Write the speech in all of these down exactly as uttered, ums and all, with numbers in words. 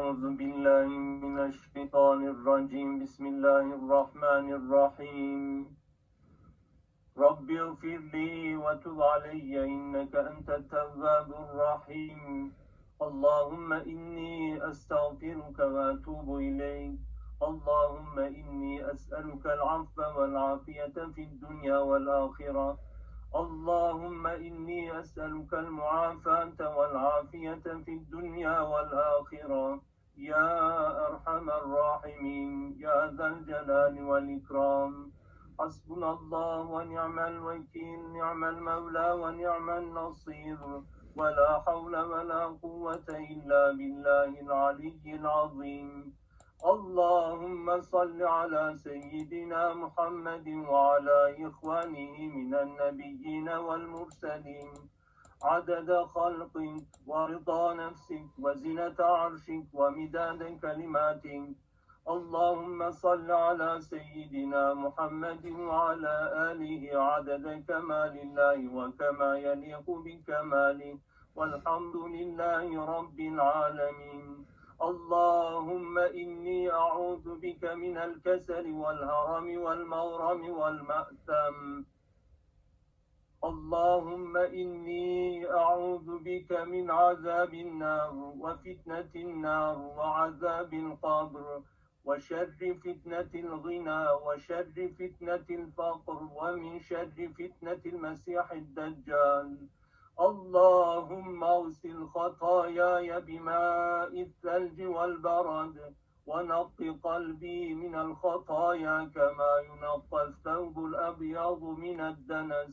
أعوذ بالله من الشيطان الرجيم بسم الله الرحمن الرحيم رب اغفر لي وتب علي إنك أنت التواب الرحيم اللهم إني أستغفرك وأتوب إليك اللهم إني أسألك العفو والعافية في الدنيا والآخرة اللهم إني أسألك المعافاة والعافية في الدنيا والآخرة يا أرحم الراحمين يا ذا الجلال والإكرام حسبنا الله ونعم الوكيل نعم المولى ونعم النصير ولا حول ولا قوة إلا بالله العلي العظيم اللهم صل على سيدنا محمد وعلى إخوانه من النبيين والمرسلين عدد خلقك ورضا نفسك وزنة عرشك ومداد كلماتك اللهم صل على سيدنا محمد وعلى آله عدد كمال الله وكما يليق بكماله والحمد لله رب العالمين اللهم إني أعوذ بك من الكسل والهرم والمغرم والمأثم اللهم إني أعوذ بك من عذاب النار وفتنة النار وعذاب القبر وشر فتنة الغنى وشر فتنة الفقر ومن شر فتنة المسيح الدجال اللهم اغسل خطاياي بماء الثلج والبرد ونق قلبي من الخطايا كما ينقى الثوب الأبيض من الدنس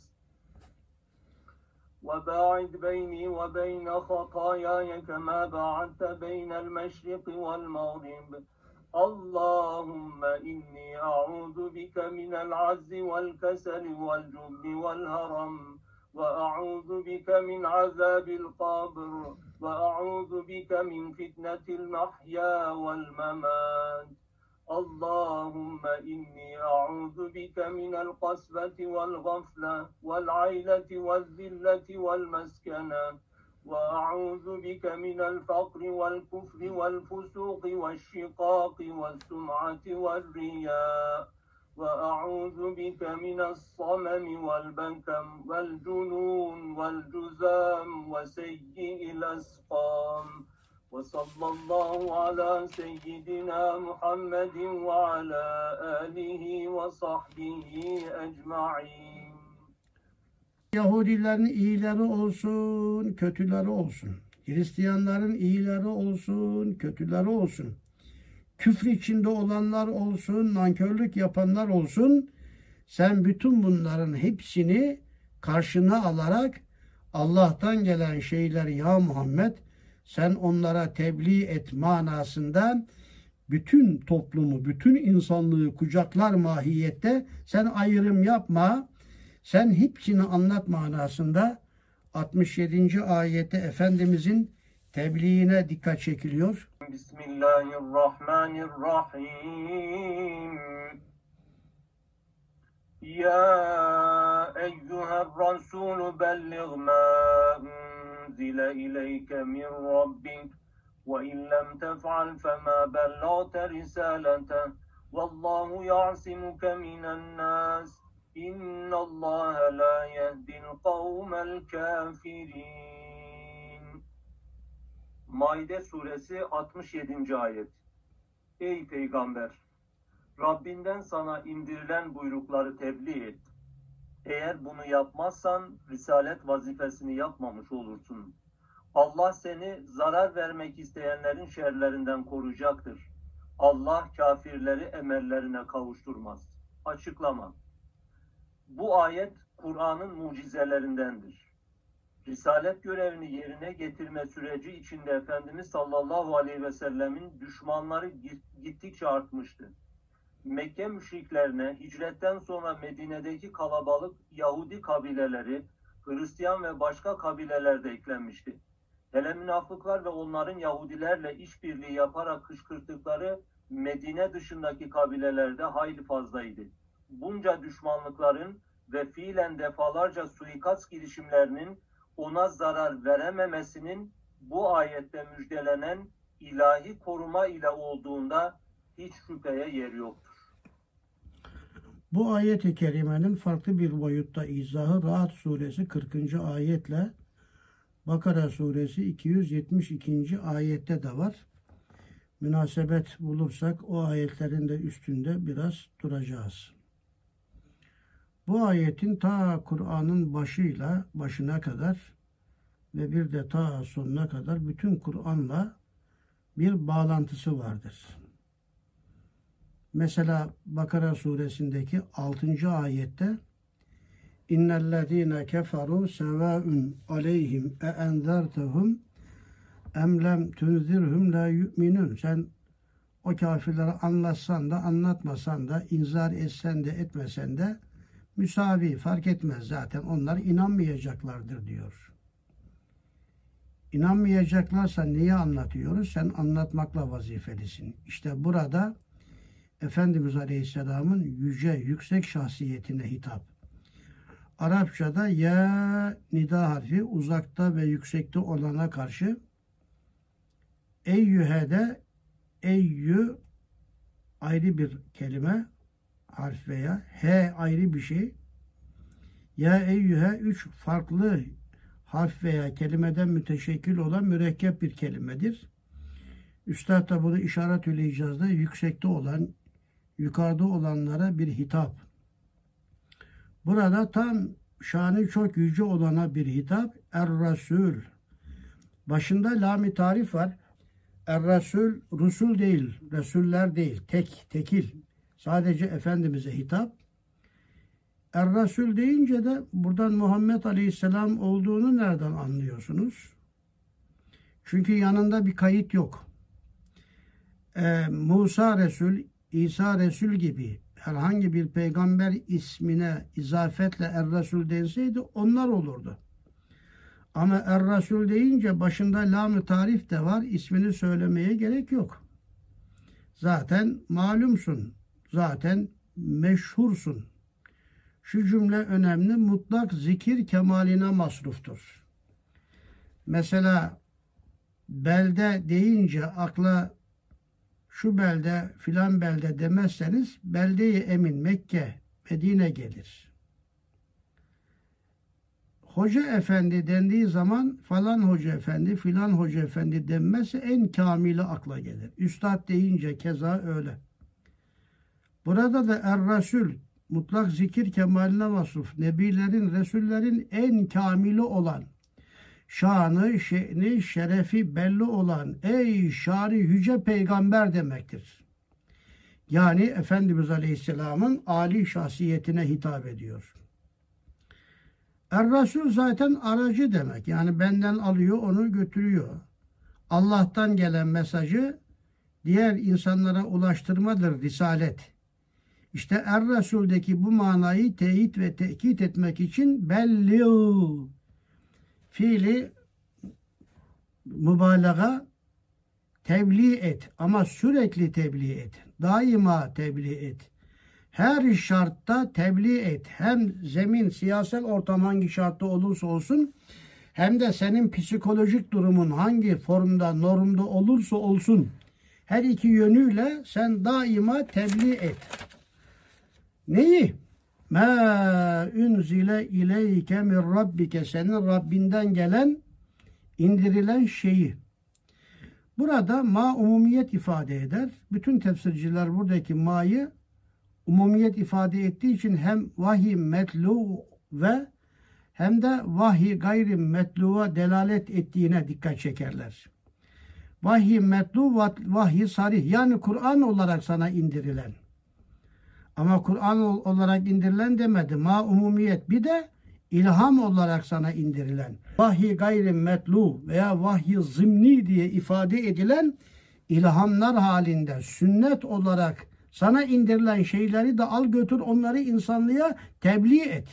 وباعد بيني وبين خطاياي كما باعدت بين المشرق والمغرب اللهم إني أعوذ بك من العجز والكسل والجبن والهرم وأعوذ بك من عذاب القبر وأعوذ بك من فتنة المحيا والممات اللهم إني أعوذ بك من القسوة والغفلة والعيلة والذلة والمسكنة وأعوذ بك من الفقر والكفر والفسوق والشقاق والسمعة والرياء وأعوذ بك من الصمم والبكم والجنون والجذام وسيء الأسقام وصلى الله على سيدنا محمد وعلى آله وصحبه أجمعين. Yahudilerin iyileri olsun, kötüleri olsun. Hristiyanların iyileri olsun, kötüleri olsun. Küfür içinde olanlar olsun, nankörlük yapanlar olsun. Sen bütün bunların hepsini karşına alarak Allah'tan gelen şeyleri ya Muhammed sen onlara tebliğ et manasında bütün toplumu, bütün insanlığı kucaklar mahiyette sen ayrım yapma. Sen hepsini anlat manasında altmış yedinci ayette Efendimizin tebliğine dikkat çekiliyor. Bismillahirrahmanirrahim. Ya eyyuhel rasul belligh ma unzile ileyke min rabbik ve in lem tef'al fema bellagte risalete vallahu ya'simuke minen nas İnna Allah la yehdil kavmel kafirin. Maide suresi altmış yedinci ayet. Ey peygamber! Rabbinden sana indirilen buyrukları tebliğ et. Eğer bunu yapmazsan risalet vazifesini yapmamış olursun. Allah seni zarar vermek isteyenlerin şerlerinden koruyacaktır. Allah kafirleri emellerine kavuşturmaz. Açıklama. Bu ayet Kur'an'ın mucizelerindendir. Risalet görevini yerine getirme süreci içinde Efendimiz sallallahu aleyhi ve sellemin düşmanları gittikçe artmıştı. Mekke müşriklerine hicretten sonra Medine'deki kalabalık Yahudi kabileleri, Hristiyan ve başka kabileler de eklenmişti. Hele münafıklar ve onların Yahudilerle işbirliği yaparak kışkırttıkları Medine dışındaki kabilelerde hayli fazlaydı. Bunca düşmanlıkların ve fiilen defalarca suikast girişimlerinin ona zarar verememesinin bu ayette müjdelenen ilahi koruma ile olduğunda hiç şüpheye yer yoktur. Bu ayet-i kerimenin farklı bir boyutta izahı Ra'd suresi kırkıncı ayetle Bakara suresi iki yüz yetmiş ikinci ayette de var. Münasebet bulursak o ayetlerin de üstünde biraz duracağız. Bu ayetin ta Kur'an'ın başıyla başına kadar ve bir de ta sonuna kadar bütün Kur'an'la bir bağlantısı vardır. Mesela Bakara suresindeki altıncı ayette İnnellezîne keferû sevâun aleyhim e enzertehum em lem tunzirhum la yu'minun. Sen o kafirlere anlatsan da anlatmasan da inzar etsen de etmesen de müsavi, fark etmez zaten. Onlar inanmayacaklardır diyor. İnanmayacaklarsa niye anlatıyoruz? Sen anlatmakla vazifelisin. İşte burada Efendimiz Aleyhisselam'ın yüce, yüksek şahsiyetine hitap. Arapçada ya nida harfi uzakta ve yüksekte olana karşı, eyyühede eyyü ayrı bir kelime, harf veya he ayrı bir şey. Ya eyyühe üç farklı harf veya kelimeden müteşekkil olan mürekkep bir kelimedir. Üstad da bunu işaret-ül icazda yüksekte olan, yukarıda olanlara bir hitap. Burada tam şanı çok yüce olana bir hitap. Er-Rasul. Başında lam-i tarif var. Er-Rasul, Rusul değil, Resuller değil, tek, tekil. Sadece Efendimiz'e hitap. Er-Rasul deyince de buradan Muhammed Aleyhisselam olduğunu nereden anlıyorsunuz? Çünkü yanında bir kayıt yok. Ee, Musa Resul, İsa Resul gibi herhangi bir peygamber ismine izafetle Er-Resul denseydi onlar olurdu. Ama Er-Resul deyince başında lam-ı tarif de var. İsmini söylemeye gerek yok. Zaten malumsun. Zaten meşhursun. Şu cümle önemli. Mutlak zikir kemaline masruftur. Mesela belde deyince akla şu belde filan belde demezseniz belde-i emin Mekke, Medine gelir. Hoca efendi dendiği zaman falan hoca efendi filan hoca efendi denmezse en kamili akla gelir. Üstad deyince keza öyle. Burada da Er-Resul mutlak zikir kemaline masruf. Nebilerin, Resullerin en kamili olan, şanı, şe'ni, şerefi belli olan ey şanı yüce peygamber demektir. Yani Efendimiz Aleyhisselam'ın âli şahsiyetine hitap ediyor. Er-Resul zaten aracı demek. Yani benden alıyor, onu götürüyor. Allah'tan gelen mesajı diğer insanlara ulaştırmadır risalet. İşte Er-Resul'deki bu manayı teyit ve tekit etmek için belliğ fiili mübalağa tebliğ et ama sürekli tebliğ et. Daima tebliğ et. Her şartta tebliğ et. Hem zemin, siyasal ortam hangi şartta olursa olsun hem de senin psikolojik durumun hangi formda, normda olursa olsun her iki yönüyle sen daima tebliğ et. Neyi? Ma unzile ileyke min rabbike senin Rabbinden gelen indirilen şeyi. Burada ma umumiyet ifade eder. Bütün tefsirciler buradaki ma'yı umumiyet ifade ettiği için hem vahiy metlu ve hem de vahiy gayri metluğa delalet ettiğine dikkat çekerler. Vahiy metlu, vahiy sarih yani Kur'an olarak sana indirilen. Ama Kur'an olarak indirilen demedi. Ma umumiyet bir de ilham olarak sana indirilen. Vahiy gayri metlu veya vahiy zimni diye ifade edilen ilhamlar halinde sünnet olarak sana indirilen şeyleri de al götür onları insanlığa tebliğ et.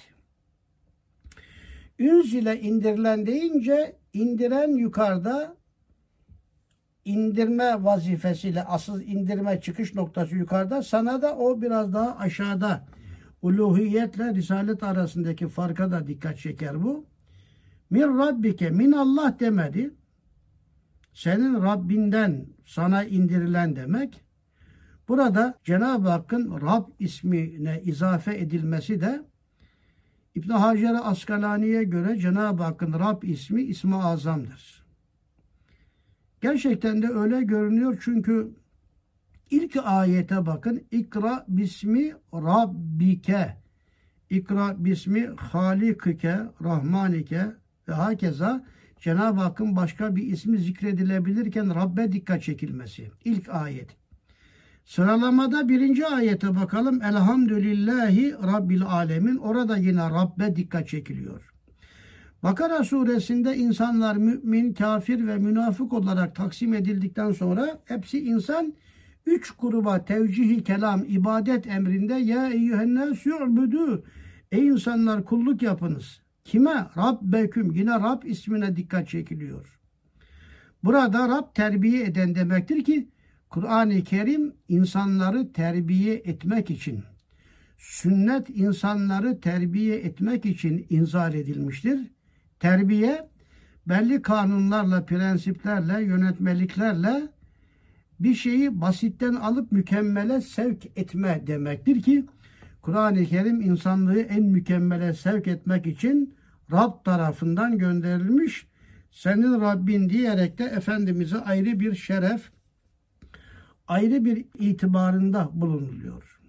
Ünzile indirilen deyince indiren yukarıda indirme vazifesiyle asıl indirme çıkış noktası yukarıda sana da o biraz daha aşağıda. Uluhiyetle risalet arasındaki farka da dikkat çeker bu. Min Rabbike min Allah demedi. senin Rabbinden sana indirilen demek. Burada Cenab-ı Hakk'ın Rab ismine izafe edilmesi de İbn Hacer Askalani'ye göre Cenab-ı Hakk'ın Rab ismi ismi azamdır. Gerçekten de öyle görünüyor çünkü ilk ayete bakın. İkra bismi Rabbike, İkra bismi Halikike, Rahmanike ve hakeza Cenab-ı Hakk'ın başka bir ismi zikredilebilirken Rabbe dikkat çekilmesi. İlk ayet. Sıralamada birinci ayete bakalım. Elhamdülillahi Rabbil Alemin. Orada yine Rabbe dikkat çekiliyor. Bakara suresinde insanlar mümin, kafir ve münafık olarak taksim edildikten sonra hepsi insan üç gruba tevcihi kelam, ibadet emrinde ya eyyühennâs yu'budu. Ey insanlar kulluk yapınız. Kime? Rabbeküm. Yine Rab ismine dikkat çekiliyor. Burada Rab terbiye eden demektir ki Kur'an-ı Kerim insanları terbiye etmek için, sünnet insanları terbiye etmek için inzal edilmiştir. Terbiye belli kanunlarla, prensiplerle, yönetmeliklerle bir şeyi basitten alıp mükemmele sevk etme demektir ki Kur'an-ı Kerim insanlığı en mükemmele sevk etmek için Rab tarafından gönderilmiş. Senin Rabbin diyerek de Efendimiz'e ayrı bir şeref, ayrı bir itibarında bulunuluyor.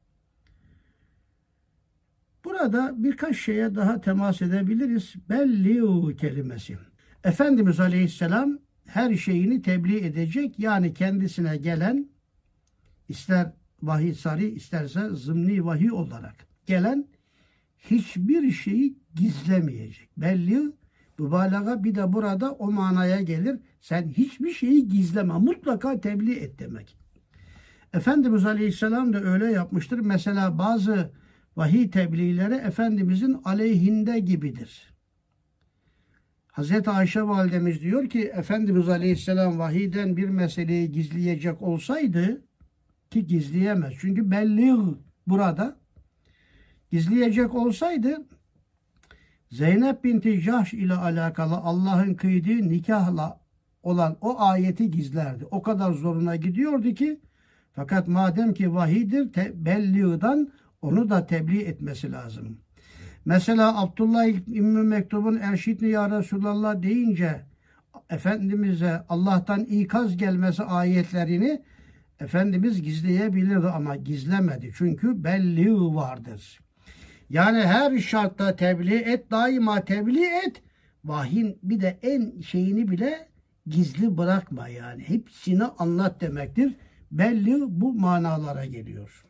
Burada birkaç şeye daha temas edebiliriz. Belliu kelimesi. Efendimiz Aleyhisselam her şeyini tebliğ edecek. Yani kendisine gelen ister vahiy sari isterse zımni vahiy olarak gelen hiçbir şeyi gizlemeyecek. Belliu mübalağa bir de burada o manaya gelir. Sen hiçbir şeyi gizleme. Mutlaka tebliğ et demek. Efendimiz Aleyhisselam da öyle yapmıştır. Mesela bazı vahiy tebliğleri Efendimizin aleyhinde gibidir. Hazreti Ayşe validemiz diyor ki Efendimiz Aleyhisselam vahiyden bir meseleyi gizleyecek olsaydı ki gizleyemez. Çünkü belli burada gizleyecek olsaydı Zeynep binti Cahş ile alakalı Allah'ın kıydığı nikahla olan o ayeti gizlerdi. O kadar zoruna gidiyordu ki fakat madem ki vahiydir belliğden onu da tebliğ etmesi lazım. Mesela Abdullah İbn-i Mektub'un Erşidni ya Resulallah deyince Efendimiz'e Allah'tan ikaz gelmesi ayetlerini Efendimiz gizleyebilirdi ama gizlemedi. Çünkü belliği vardır. Yani her şartta tebliğ et, daima tebliğ et. Vahyin bir de en şeyini bile gizli bırakma yani. Hepsini anlat demektir. Belli bu manalara geliyor.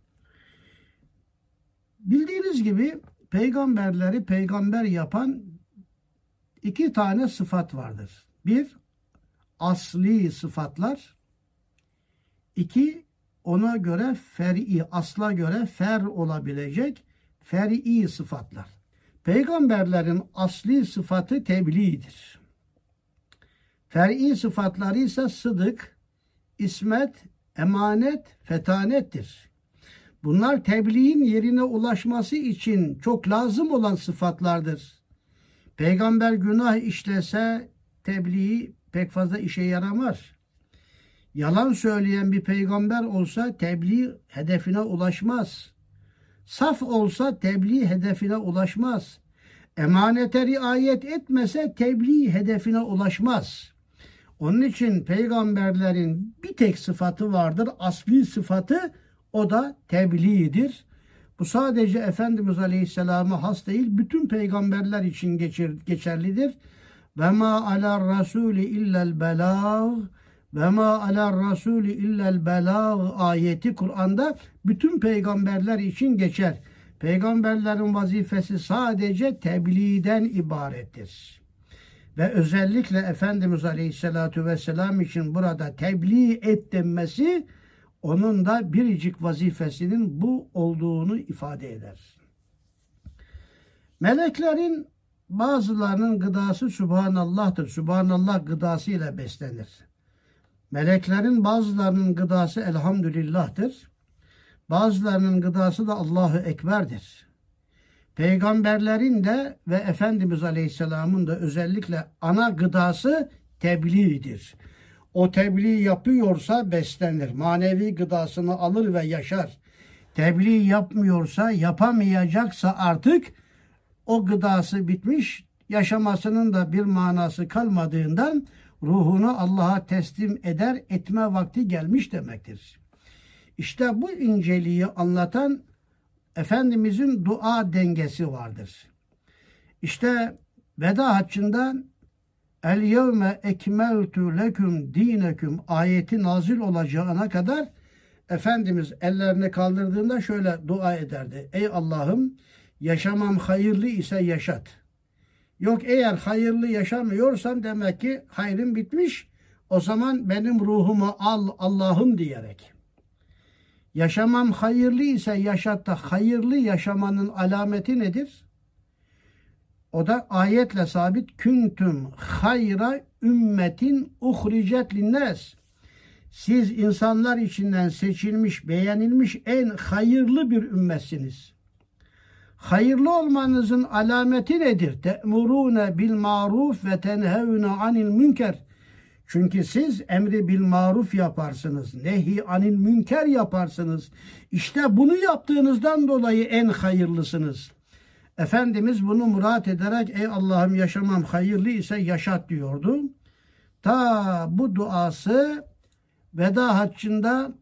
Bildiğiniz gibi peygamberleri peygamber yapan iki tane sıfat vardır. Bir, asli sıfatlar. İki, ona göre fer'i, asla göre fer olabilecek fer'i sıfatlar. Peygamberlerin asli sıfatı tebliğdir. Fer'i sıfatları ise sıdık, ismet, emanet, fetanettir. Bunlar tebliğin yerine ulaşması için çok lazım olan sıfatlardır. Peygamber günah işlese tebliği pek fazla işe yaramaz. Yalan söyleyen bir peygamber olsa tebliğ hedefine ulaşmaz. Saf olsa tebliğ hedefine ulaşmaz. Emanete riayet etmese tebliğ hedefine ulaşmaz. Onun için peygamberlerin bir tek sıfatı vardır. Asli sıfatı o da tebliğdir. Bu sadece Efendimiz Aleyhisselam'a has değil, bütün peygamberler için geçer, geçerlidir. Ve ma alar rasuli illel belâg ve ma alar rasuli illel belâg ayeti Kur'an'da bütün peygamberler için geçer. Peygamberlerin vazifesi sadece tebliğden ibarettir. Ve özellikle Efendimiz Aleyhisselatü Vesselam için burada tebliğ et denmesi onun da biricik vazifesinin bu olduğunu ifade eder. Meleklerin bazılarının gıdası Subhanallah'tır. Subhanallah gıdasıyla beslenir. Meleklerin bazılarının gıdası Elhamdülillah'tır. Bazılarının gıdası da Allahu Ekber'dir. Peygamberlerin de ve Efendimiz Aleyhisselam'ın da özellikle ana gıdası tebliğdir. O tebliğ yapıyorsa beslenir. Manevi gıdasını alır ve yaşar. Tebliğ yapmıyorsa, yapamayacaksa artık o gıdası bitmiş, yaşamasının da bir manası kalmadığından ruhunu Allah'a teslim eder, etme vakti gelmiş demektir. İşte bu inceliği anlatan Efendimizin dua dengesi vardır. İşte veda haccından El yevme ekmeltu leküm dineküm ayeti nazil olacağına kadar Efendimiz ellerini kaldırdığında şöyle dua ederdi. Ey Allah'ım, yaşamam hayırlı ise yaşat. Yok, eğer hayırlı yaşamıyorsam demek ki hayrım bitmiş. O zaman benim ruhumu al Allah'ım diyerek. Yaşamam hayırlı ise yaşat da hayırlı yaşamanın alameti nedir? O da ayetle sabit. Küntüm hayra ümmetin uhricet linnes. Siz insanlar içinden seçilmiş, beğenilmiş en hayırlı bir ümmetsiniz. Hayırlı olmanızın alameti nedir? Te'murune bil maruf ve tenhevne anil münker. Çünkü siz emri bil maruf yaparsınız. Nehi anil münker yaparsınız. İşte bunu yaptığınızdan dolayı en hayırlısınız. Efendimiz bunu murat ederek ey Allah'ım yaşamam hayırlı ise yaşat diyordu. Ta bu duası veda haccında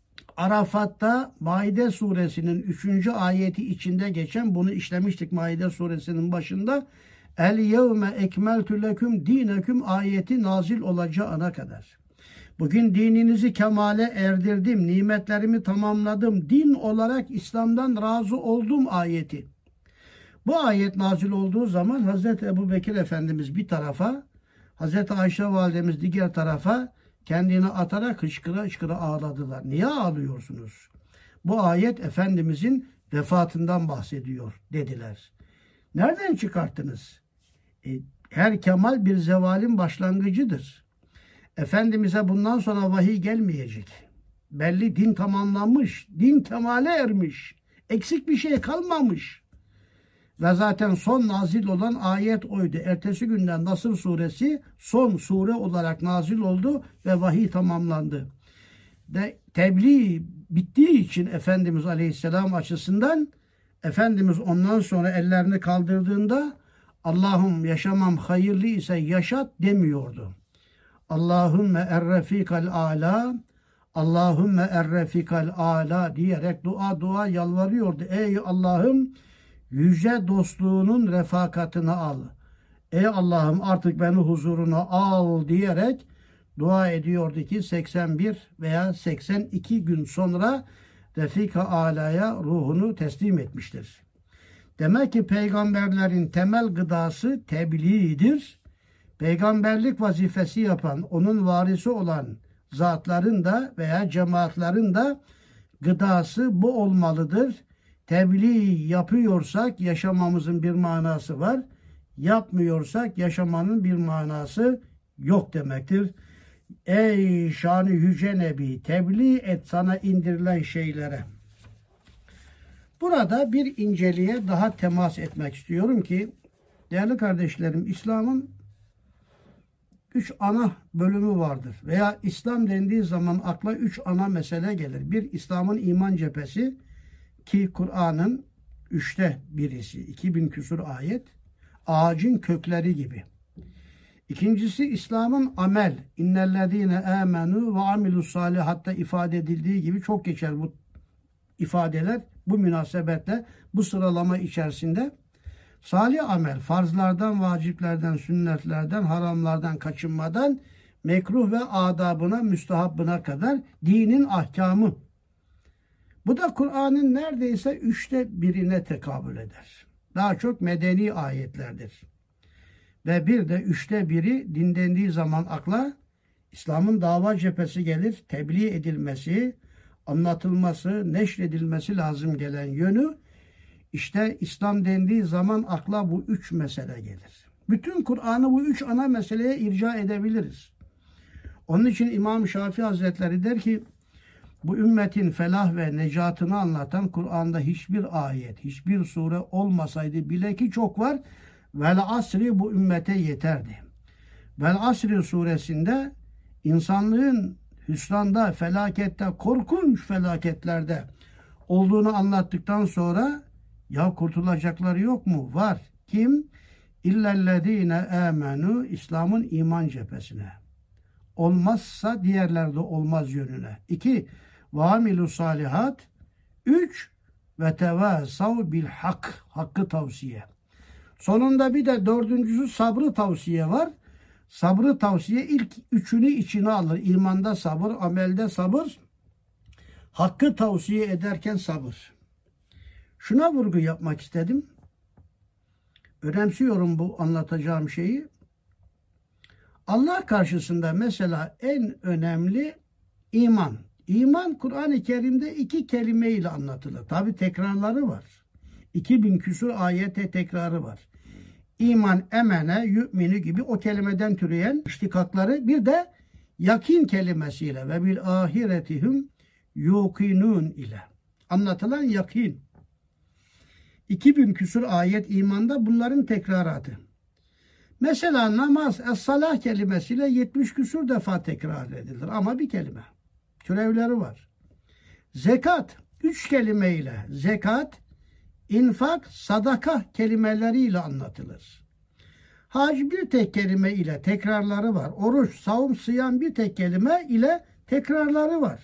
Arafat'ta Maide suresinin üçüncü ayeti içinde geçen, bunu işlemiştik Maide suresinin başında. El yevme ekmeltü leküm dineküm ayeti nazil olacağına kadar. Bugün dininizi kemale erdirdim, nimetlerimi tamamladım, din olarak İslam'dan razı oldum ayeti. Bu ayet nazil olduğu zaman Hazreti Ebubekir Efendimiz bir tarafa, Hazreti Ayşe Validemiz diğer tarafa kendini atarak hıçkıra hıçkıra ağladılar. Niye ağlıyorsunuz? Bu ayet Efendimizin vefatından bahsediyor dediler. Nereden çıkarttınız? E, her kemal bir zevalin başlangıcıdır. Efendimiz'e bundan sonra vahiy gelmeyecek. Belli din tamamlanmış, din kemale ermiş, eksik bir şey kalmamış. Ve zaten son nazil olan ayet oydu. Ertesi günden Nasr suresi son sure olarak nazil oldu ve vahiy tamamlandı. De, tebliğ bittiği için Efendimiz Aleyhisselam açısından Efendimiz ondan sonra ellerini kaldırdığında Allah'ım yaşamam hayırlı ise yaşat demiyordu. Allahümme errefikal ala, Allahümme errefikal ala diyerek dua dua yalvarıyordu. Ey Allah'ım, yüce dostluğunun refakatını al. Ey Allah'ım artık beni huzuruna al diyerek dua ediyordu ki seksen bir veya seksen iki gün sonra Refika Ala'ya ruhunu teslim etmiştir. Demek ki peygamberlerin temel gıdası tebliğdir. Peygamberlik vazifesi yapan, onun varisi olan zatların da veya cemaatlerin de gıdası bu olmalıdır. Tebliğ yapıyorsak yaşamamızın bir manası var. Yapmıyorsak yaşamanın bir manası yok demektir. Ey şanı yüce Nebi, tebliğ et sana indirilen şeylere. Burada bir inceliğe daha temas etmek istiyorum ki, değerli kardeşlerim, İslam'ın üç ana bölümü vardır. Veya İslam dendiği zaman akla üç ana mesele gelir. Bir, İslam'ın iman cephesi ki Kur'an'ın üçte birisi, iki bin küsur ayet, ağacın kökleri gibi. İkincisi İslam'ın amel, innellezine amenu ve amilus salihatta ifade edildiği gibi çok geçer bu ifadeler bu münasebetle bu sıralama içerisinde. Salih amel, farzlardan, vaciplerden, sünnetlerden, haramlardan kaçınmadan mekruh ve adabına, müstehabbına kadar dinin ahkamı. Bu da Kur'an'ın neredeyse üçte birine tekabül eder. Daha çok medeni ayetlerdir. Ve bir de üçte biri din dendiği zaman akla İslam'ın dava cephesi gelir, tebliğ edilmesi, anlatılması, neşredilmesi lazım gelen yönü. İşte İslam dendiği zaman akla bu üç mesele gelir. Bütün Kur'an'ı bu üç ana meseleye irca edebiliriz. Onun için İmam Şafii Hazretleri der ki, bu ümmetin felah ve necatını anlatan Kur'an'da hiçbir ayet, hiçbir sure olmasaydı bile ki çok var, vel asri bu ümmete yeterdi. Vel Asri suresinde insanlığın hüsranda, felakette, korkunç felaketlerde olduğunu anlattıktan sonra ya kurtulacakları yok mu? Var. Kim? İllellezine amenu, İslam'ın iman cephesine. Olmazsa diğerlerde olmaz yönüne. İki, ve amilu salihat. Üç, ve tevasav bil hak, hakkı tavsiye. Sonunda bir de dördüncüsü sabrı tavsiye var. Sabrı tavsiye ilk üçünü içine alır. İmanda sabır, amelde sabır, hakkı tavsiye ederken sabır. Şuna vurgu yapmak istedim. Önemsiyorum bu anlatacağım şeyi. Allah karşısında mesela en önemli iman. İman Kur'an-ı Kerim'de iki kelimeyle anlatılır. Tabi tekrarları var. iki bin küsur ayete tekrarı var. İman, emene, yu'minu gibi o kelimeden türeyen iştikakları, bir de yakin kelimesiyle ve bil ahiretihum yuqinun ile anlatılan yakin. iki bin küsur ayet imanda bunların tekraratı. Mesela namaz, es-salah kelimesiyle yetmiş küsur defa tekrar edilir ama bir kelime. Türevleri var. Zekat, üç kelimeyle zekat, infak, sadaka kelimeleriyle anlatılır. Hac bir tek kelime ile tekrarları var. Oruç, savun, sıyam bir tek kelime ile tekrarları var.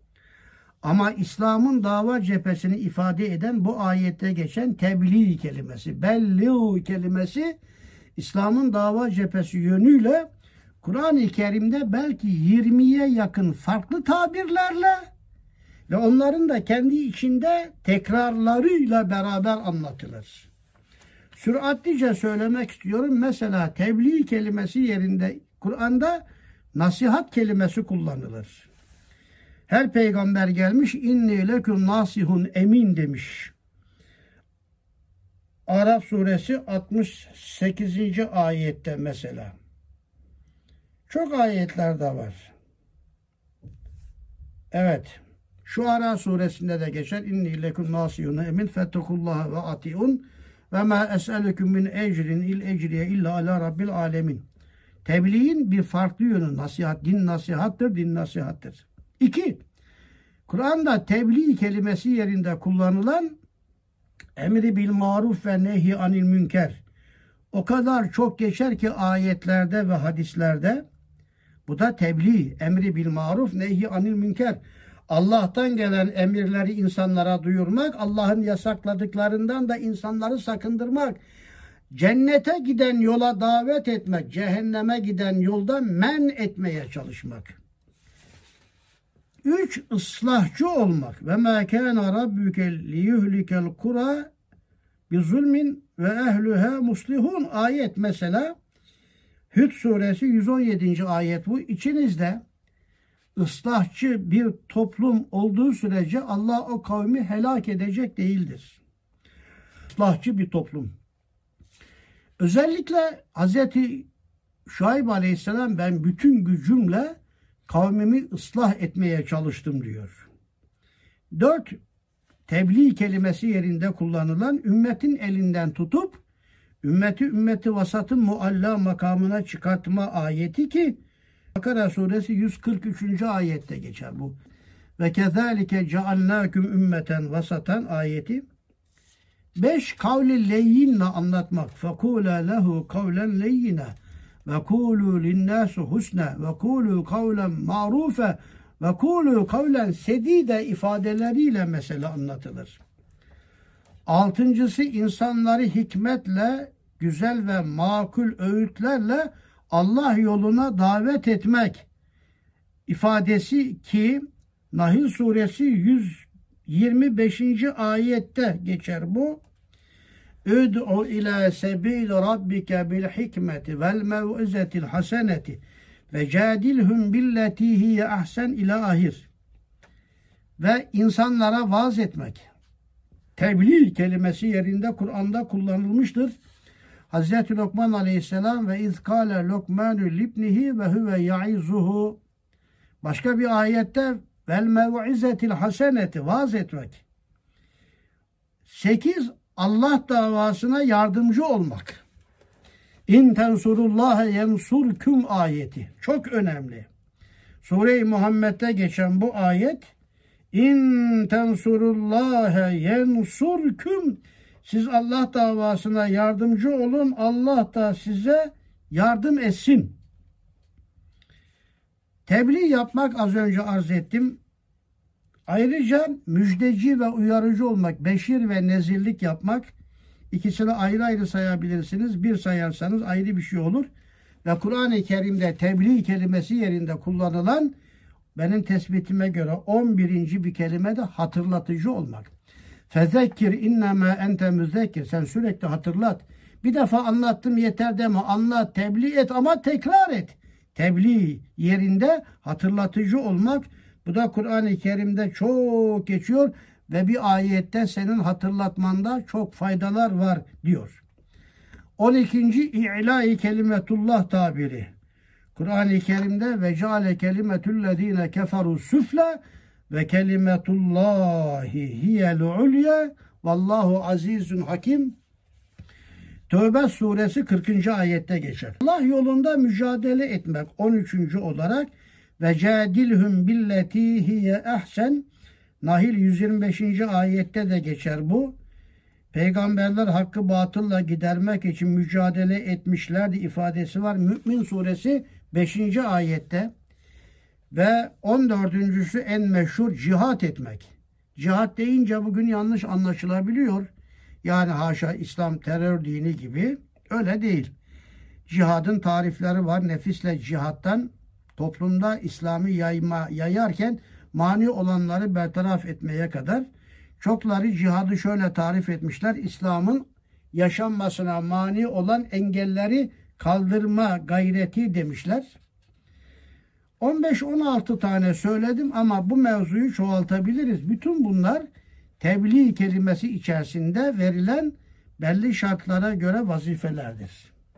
Ama İslam'ın dava cephesini ifade eden bu ayette geçen tebliğ kelimesi, belliğ kelimesi İslam'ın dava cephesi yönüyle Kur'an-ı Kerim'de belki yirmiye yakın farklı tabirlerle ve onların da kendi içinde tekrarlarıyla beraber anlatılır. Süratlice söylemek istiyorum. Mesela tebliğ kelimesi yerinde Kur'an'da nasihat kelimesi kullanılır. Her peygamber gelmiş inni leküm nasihun emin demiş. Araf suresi altmış sekizinci ayette mesela. Çok ayetler de var. Evet. Şuara suresinde de geçer. İnni leküm nasihun emin fettekullaha ve atiun ve ma es'elüküm min ecrin il ecriye illa ala rabbil alemin. Tebliğin bir farklı yönü nasihat. Din nasihattır, din nasihattır. İki, Kur'an'da tebliğ kelimesi yerinde kullanılan emri bil maruf ve nehi anil münker o kadar çok geçer ki ayetlerde ve hadislerde. Bu da tebliğ, emri bil maruf, nehi anil münker. Allah'tan gelen emirleri insanlara duyurmak, Allah'ın yasakladıklarından da insanları sakındırmak, cennete giden yola davet etmek, cehenneme giden yolda men etmeye çalışmak. Üç, ıslahçı olmak. Ve mâ kâne rabbüke liyuhlikel kura bi zulmin ve ehlüha muslihun. Ayet mesela Hud suresi yüz on yedinci ayet bu. İçinizde ıslahçı bir toplum olduğu sürece Allah o kavmi helak edecek değildir. Islahçı bir toplum. Özellikle Hazreti Şuayb Aleyhisselam ben bütün gücümle kavmimi ıslah etmeye çalıştım diyor. Dört, tebliğ kelimesi yerinde kullanılan ümmetin elinden tutup ümmeti ümmeti vasatın mualla makamına çıkartma ayeti ki Bakara suresi yüz kırk üçüncü ayette geçer bu. Ve kezalike cealnâküm ümmeten vasatan ayeti. Beş, kavli leyyinle anlatmak. Fekûlâ lehu kavlen leyyine ve kûlû linnâsu husne ve kûlû kavlen ma'rufe ve kûlû kavlen sedîde ifadeleriyle mesela anlatılır. Altıncısı insanları hikmetle, güzel ve makul öğütlerle Allah yoluna davet etmek ifadesi ki Nahl suresi yüz yirmi beşinci ayette geçer bu. Üd'u ila sebil rabbike bil hikmeti vel mev'izetil haseneti ve cadilhum billeti hiye ahsen ila ahir. Ve insanlara vaaz etmek. Tebliğ kelimesi yerinde Kur'an'da kullanılmıştır. Hazreti Lokman aleyhisselam ve izkâle Lokmanu libnihi ve huve ya'izuhu. Başka bir ayette vel mev'izetil haseneti vaaz etmek. Sekiz, Allah davasına yardımcı olmak. İn tensurullaha yensurkum ayeti. Çok önemli. Sure-i Muhammed'de geçen bu ayet İn tensurullaha yensurkum. Siz Allah davasına yardımcı olun. Allah da size yardım etsin. Tebliğ yapmak az önce arz ettim. Ayrıca müjdeci ve uyarıcı olmak, beşir ve nezirlik yapmak, ikisini ayrı ayrı sayabilirsiniz. Bir sayarsanız ayrı bir şey olur. Ve Kur'an-ı Kerim'de tebliğ kelimesi yerinde kullanılan, benim tespitime göre on birinci bir kelime de hatırlatıcı olmak. Fezekkir innema ente müzekkir. Sen sürekli hatırlat. Bir defa anlattım yeter deme. Anlat, tebliğ et ama tekrar et. Tebliğ yerinde hatırlatıcı olmak. Bu da Kur'an-ı Kerim'de çok geçiyor ve bir ayette senin hatırlatmanda çok faydalar var diyor. on ikinci İ'la-i kelimetullah tabiri. Kur'an-ı Kerim'de ve ceale kelimetüllezine keferu süfle ve kelimetullahi hiyel ulya vallahu azizun hakim. Tövbe suresi kırkıncı ayette geçer. Allah yolunda mücadele etmek on üçüncü olarak ve cadilhum billeti hiye ehsen. Nahil yüz yirmi beşinci ayette de geçer bu. Peygamberler hakkı batılla gidermek için mücadele etmişlerdi ifadesi var. Mü'min suresi beşinci ayette. Ve on dördüncüsü en meşhur cihat etmek. Cihat deyince bugün yanlış anlaşılabiliyor. Yani haşa İslam terör dini gibi. Öyle değil. Cihadın tarifleri var. Nefisle cihattan toplumda İslam'ı yayma, yayarken mani olanları bertaraf etmeye kadar. Çokları cihadı şöyle tarif etmişler. İslam'ın yaşanmasına mani olan engelleri kaldırma gayreti demişler. on beş on altı tane söyledim ama bu mevzuyu çoğaltabiliriz. Bütün bunlar tebliğ kelimesi içerisinde verilen belli şartlara göre vazifelerdir.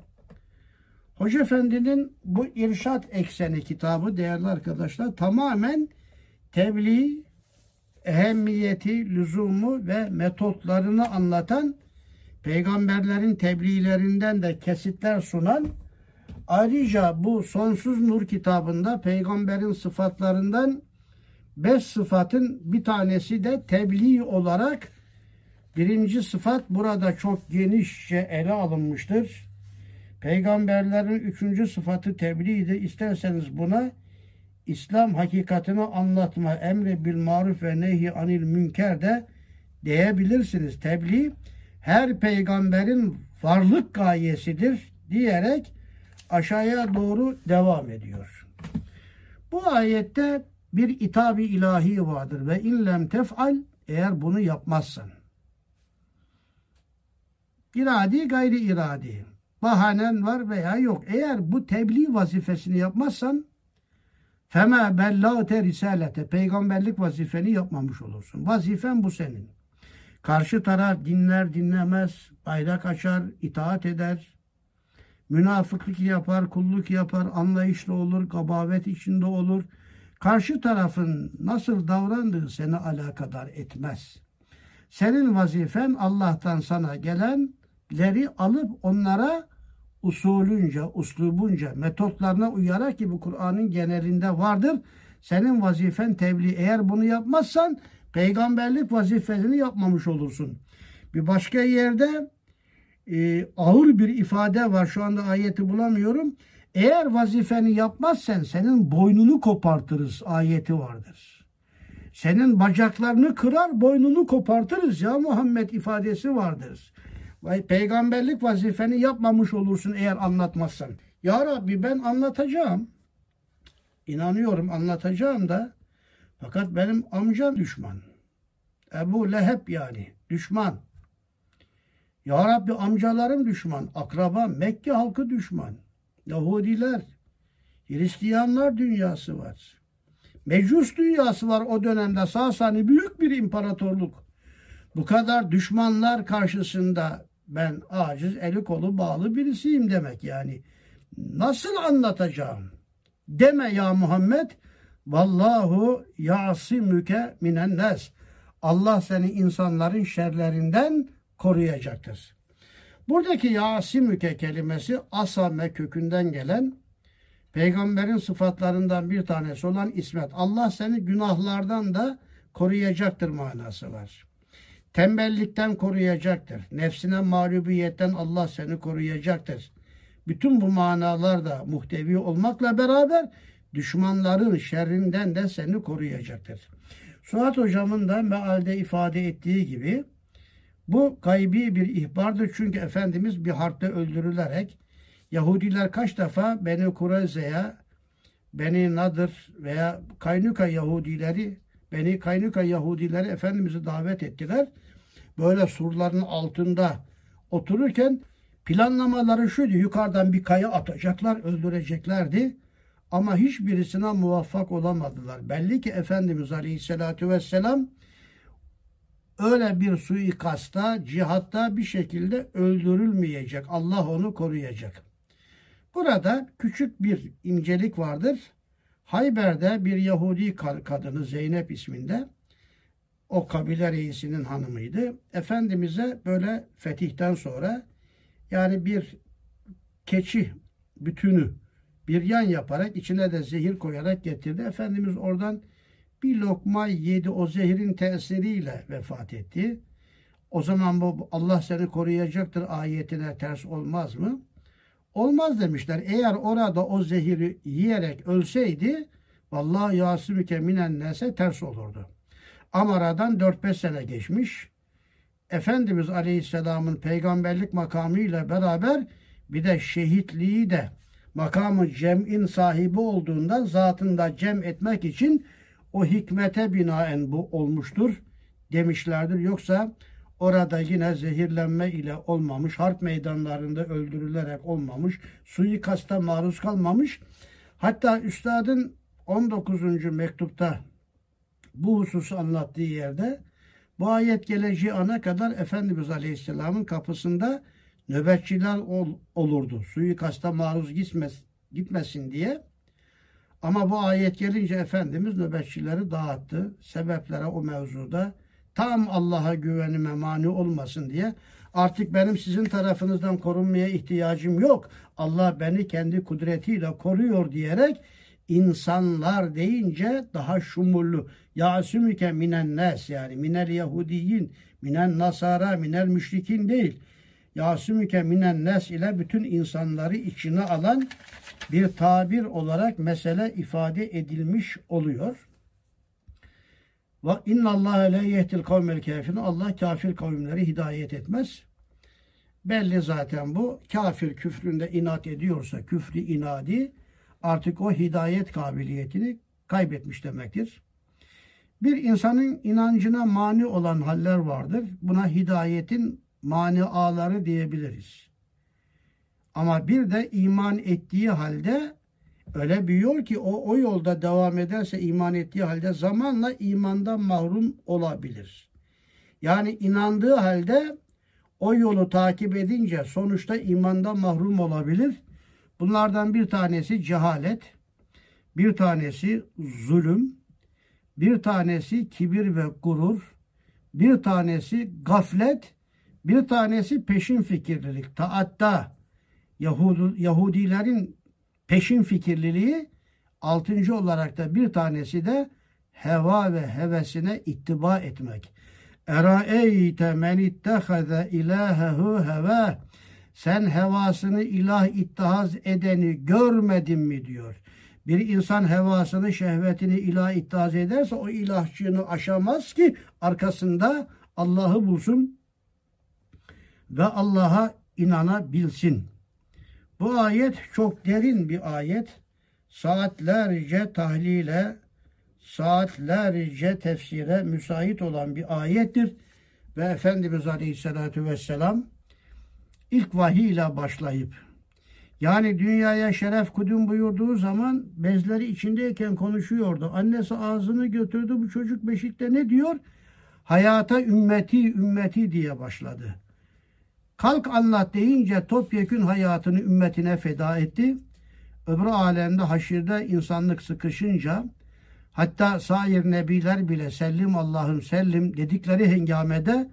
Hoca Efendi'nin bu İrşad Ekseni kitabı değerli arkadaşlar tamamen tebliğ, ehemmiyeti, lüzumu ve metotlarını anlatan, peygamberlerin tebliğlerinden de kesitler sunan, ayrıca bu Sonsuz Nur kitabında peygamberin sıfatlarından beş sıfatın bir tanesi de tebliğ olarak birinci sıfat burada çok genişçe ele alınmıştır. Peygamberlerin üçüncü sıfatı tebliğdir. İsterseniz buna İslam hakikatini anlatma, emri bil maruf ve nehi anil münker de diyebilirsiniz. Tebliğ her peygamberin varlık gayesidir diyerek aşağıya doğru devam ediyor. Bu ayette bir itabi ilahi vardır ve inlem tef'al eğer bunu yapmazsan. İradi gayri iradi. Bahanen var veya yok. Eğer bu tebliğ vazifesini yapmazsan fema bellâte risalete peygamberlik vazifeni yapmamış olursun. Vazifen bu senin. Karşı taraf dinler dinlemez, bayrak açar, itaat eder, münafıklık yapar, kulluk yapar, anlayışlı olur, gabavet içinde olur. Karşı tarafın nasıl davrandığı seni alakadar etmez. Senin vazifen Allah'tan sana gelenleri alıp onlara usulünce, uslubunca, metotlarına uyarak ki bu Kur'an'ın genelinde vardır. Senin vazifen tebliğ. Eğer bunu yapmazsan peygamberlik vazifesini yapmamış olursun. Bir başka yerde e, ağır bir ifade var. Şu anda ayeti bulamıyorum. Eğer vazifeni yapmazsan senin boynunu kopartırız ayeti vardır. Senin bacaklarını kırar, boynunu kopartırız ya Muhammed ifadesi vardır. Peygamberlik vazifeni yapmamış olursun eğer anlatmazsan. Ya Rabbi ben anlatacağım. İnanıyorum anlatacağım da. Fakat benim amcam düşman. Ebu Leheb yani düşman. Ya Rabbi amcalarım düşman. Akraba Mekke halkı düşman. Yahudiler, Hristiyanlar dünyası var. Mecus dünyası var o dönemde. Sasani büyük bir imparatorluk. Bu kadar düşmanlar karşısında ben aciz, eli kolu bağlı birisiyim demek yani. Nasıl anlatacağım? Deme ya Muhammed. Vallahu ya'simüke minen nas. Allah seni insanların şerlerinden koruyacaktır. Buradaki yasimüke kelimesi asame kökünden gelen peygamberin sıfatlarından bir tanesi olan ismet. Allah seni günahlardan da koruyacaktır manası var. Tembellikten koruyacaktır. Nefsine mağlubiyetten Allah seni koruyacaktır. Bütün bu manalar da muhtevi olmakla beraber düşmanların şerrinden de seni koruyacaktır. Suat hocamın da mealde ifade ettiği gibi bu gaybi bir ihbardır. Çünkü Efendimiz bir harpte öldürülerek Yahudiler kaç defa Beni Kureyze'ye, Beni Nadir veya Kaynuka Yahudileri, Beni Kaynuka Yahudileri Efendimiz'i davet ettiler. Böyle surların altında otururken planlamaları şuydu: yukarıdan bir kaya atacaklar, öldüreceklerdi. Ama hiçbirisine muvaffak olamadılar. Belli ki Efendimiz Aleyhisselatü Vesselam öyle bir suikasta, cihatta bir şekilde öldürülmeyecek. Allah onu koruyacak. Burada küçük bir incelik vardır. Hayber'de bir Yahudi kadını Zeynep isminde, o kabile reisinin hanımıydı. Efendimiz'e böyle fetihten sonra yani bir keçi bütünü bir yan yaparak içine de zehir koyarak getirdi. Efendimiz oradan bir lokma yedi, o zehrin tesiriyle vefat etti. O zaman bu Allah seni koruyacaktır ayetine ters olmaz mı? Olmaz demişler. Eğer orada o zehiri yiyerek ölseydi vallahi yasimüke minen nese ters olurdu. Ama aradan dört beş sene geçmiş. Efendimiz Aleyhisselam'ın peygamberlik makamıyla beraber bir de şehitliği de makamı cem'in sahibi olduğundan zatında cem etmek için o hikmete binaen bu olmuştur demişlerdir. Yoksa orada yine zehirlenme ile olmamış, harp meydanlarında öldürülerek olmamış, suikasta maruz kalmamış. Hatta üstadın on dokuzuncu mektupta bu hususu anlattığı yerde bu ayet geleceği ana kadar Efendimiz Aleyhisselam'ın kapısında nöbetçiler ol, olurdu. Suikasta maruz gitmez, gitmesin diye. Ama bu ayet gelince Efendimiz nöbetçileri dağıttı. Sebeplere o mevzuda tam Allah'a güvenime mani olmasın diye, artık benim sizin tarafınızdan korunmaya ihtiyacım yok, Allah beni kendi kudretiyle koruyor diyerek insanlar deyince daha şumullu. Yasümüke minen nes, yani minel yahudiyin, minen nasara, minel müşrikin değil. Yasümüke minen nes ile bütün insanları içine alan bir tabir olarak mesele ifade edilmiş oluyor. Ve inna Allah la yehdil kavmel kafirin. Allah kafir kavimleri hidayet etmez. Belli zaten bu. Kafir küfründe inat ediyorsa, küfrü inadi, artık o hidayet kabiliyetini kaybetmiş demektir. Bir insanın inancına mani olan haller vardır. Buna hidayetin maniaları diyebiliriz. Ama bir de iman ettiği halde öyle büyüyor ki o, o yolda devam ederse iman ettiği halde zamanla imandan mahrum olabilir. Yani inandığı halde o yolu takip edince sonuçta imandan mahrum olabilir. Bunlardan bir tanesi cehalet, bir tanesi zulüm, bir tanesi kibir ve gurur, bir tanesi gaflet, bir tanesi peşin fikirlilik. Taatta Yahudi, Yahudilerin peşin fikirliliği, altıncı olarak da bir tanesi de heva ve hevesine ittiba etmek. Eraeyte men ittehaze ilahehu heva. Sen hevasını ilah ittihaz edeni görmedin mi diyor. Bir insan hevasını, şehvetini ilah ittihaz ederse o ilahçığını aşamaz ki arkasında Allah'ı bulsun ve Allah'a inanabilsin. Bu ayet çok derin bir ayet. Saatlerce tahlile, saatlerce tefsire müsait olan bir ayettir. Ve Efendimiz Aleyhisselatü Vesselam ilk vahiy ile başlayıp, yani dünyaya şeref kudüm buyurduğu zaman bezleri içindeyken konuşuyordu. Annesi ağzını götürdü, bu çocuk beşikte ne diyor? Hayata ümmeti, ümmeti diye başladı. Kalk anlat deyince topyekün hayatını ümmetine feda etti. Öbür alemde haşirde insanlık sıkışınca, hatta sair nebiler bile sellim Allah'ım sellim dedikleri hengamede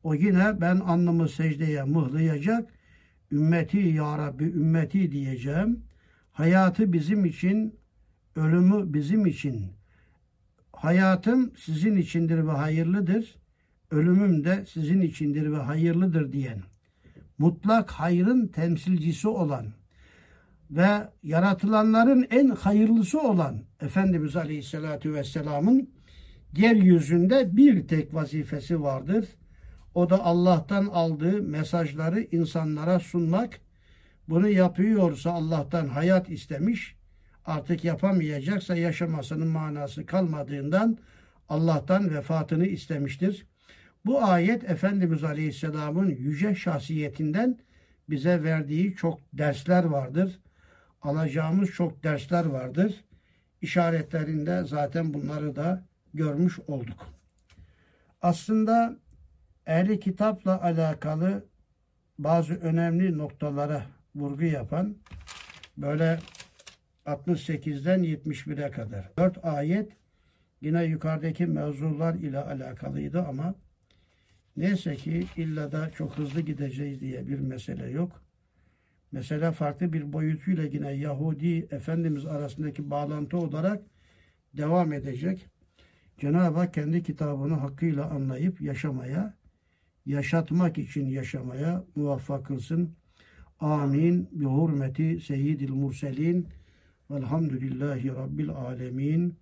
O yine ben alnımı secdeye mıhlayacak, ümmeti ya Rabbi ümmeti diyeceğim. Hayatı bizim için, ölümü bizim için. Hayatım sizin içindir ve hayırlıdır. Ölümüm de sizin içindir ve hayırlıdır diyen, mutlak hayrın temsilcisi olan ve yaratılanların en hayırlısı olan Efendimiz Aleyhisselatü Vesselam'ın yeryüzünde bir tek vazifesi vardır. O da Allah'tan aldığı mesajları insanlara sunmak. Bunu yapıyorsa Allah'tan hayat istemiş. Artık yapamayacaksa yaşamasının manası kalmadığından Allah'tan vefatını istemiştir. Bu ayet Efendimiz Aleyhisselam'ın yüce şahsiyetinden bize verdiği çok dersler vardır. Alacağımız çok dersler vardır. İşaretlerinde zaten bunları da görmüş olduk. Aslında ehli kitapla alakalı bazı önemli noktalara vurgu yapan böyle altmış sekizden yetmiş bire kadar dört ayet yine yukarıdaki mevzular ile alakalıydı ama neyse ki illa da çok hızlı gideceğiz diye bir mesele yok. Mesele farklı bir boyutuyla yine Yahudi Efendimiz arasındaki bağlantı olarak devam edecek. Cenab-ı Hak kendi kitabını hakkıyla anlayıp yaşamaya, yaşatmak için yaşamaya muvaffak kılsın. Amin. Bi hurmeti seyyidil murselin. Velhamdülillahi Rabbil alemin.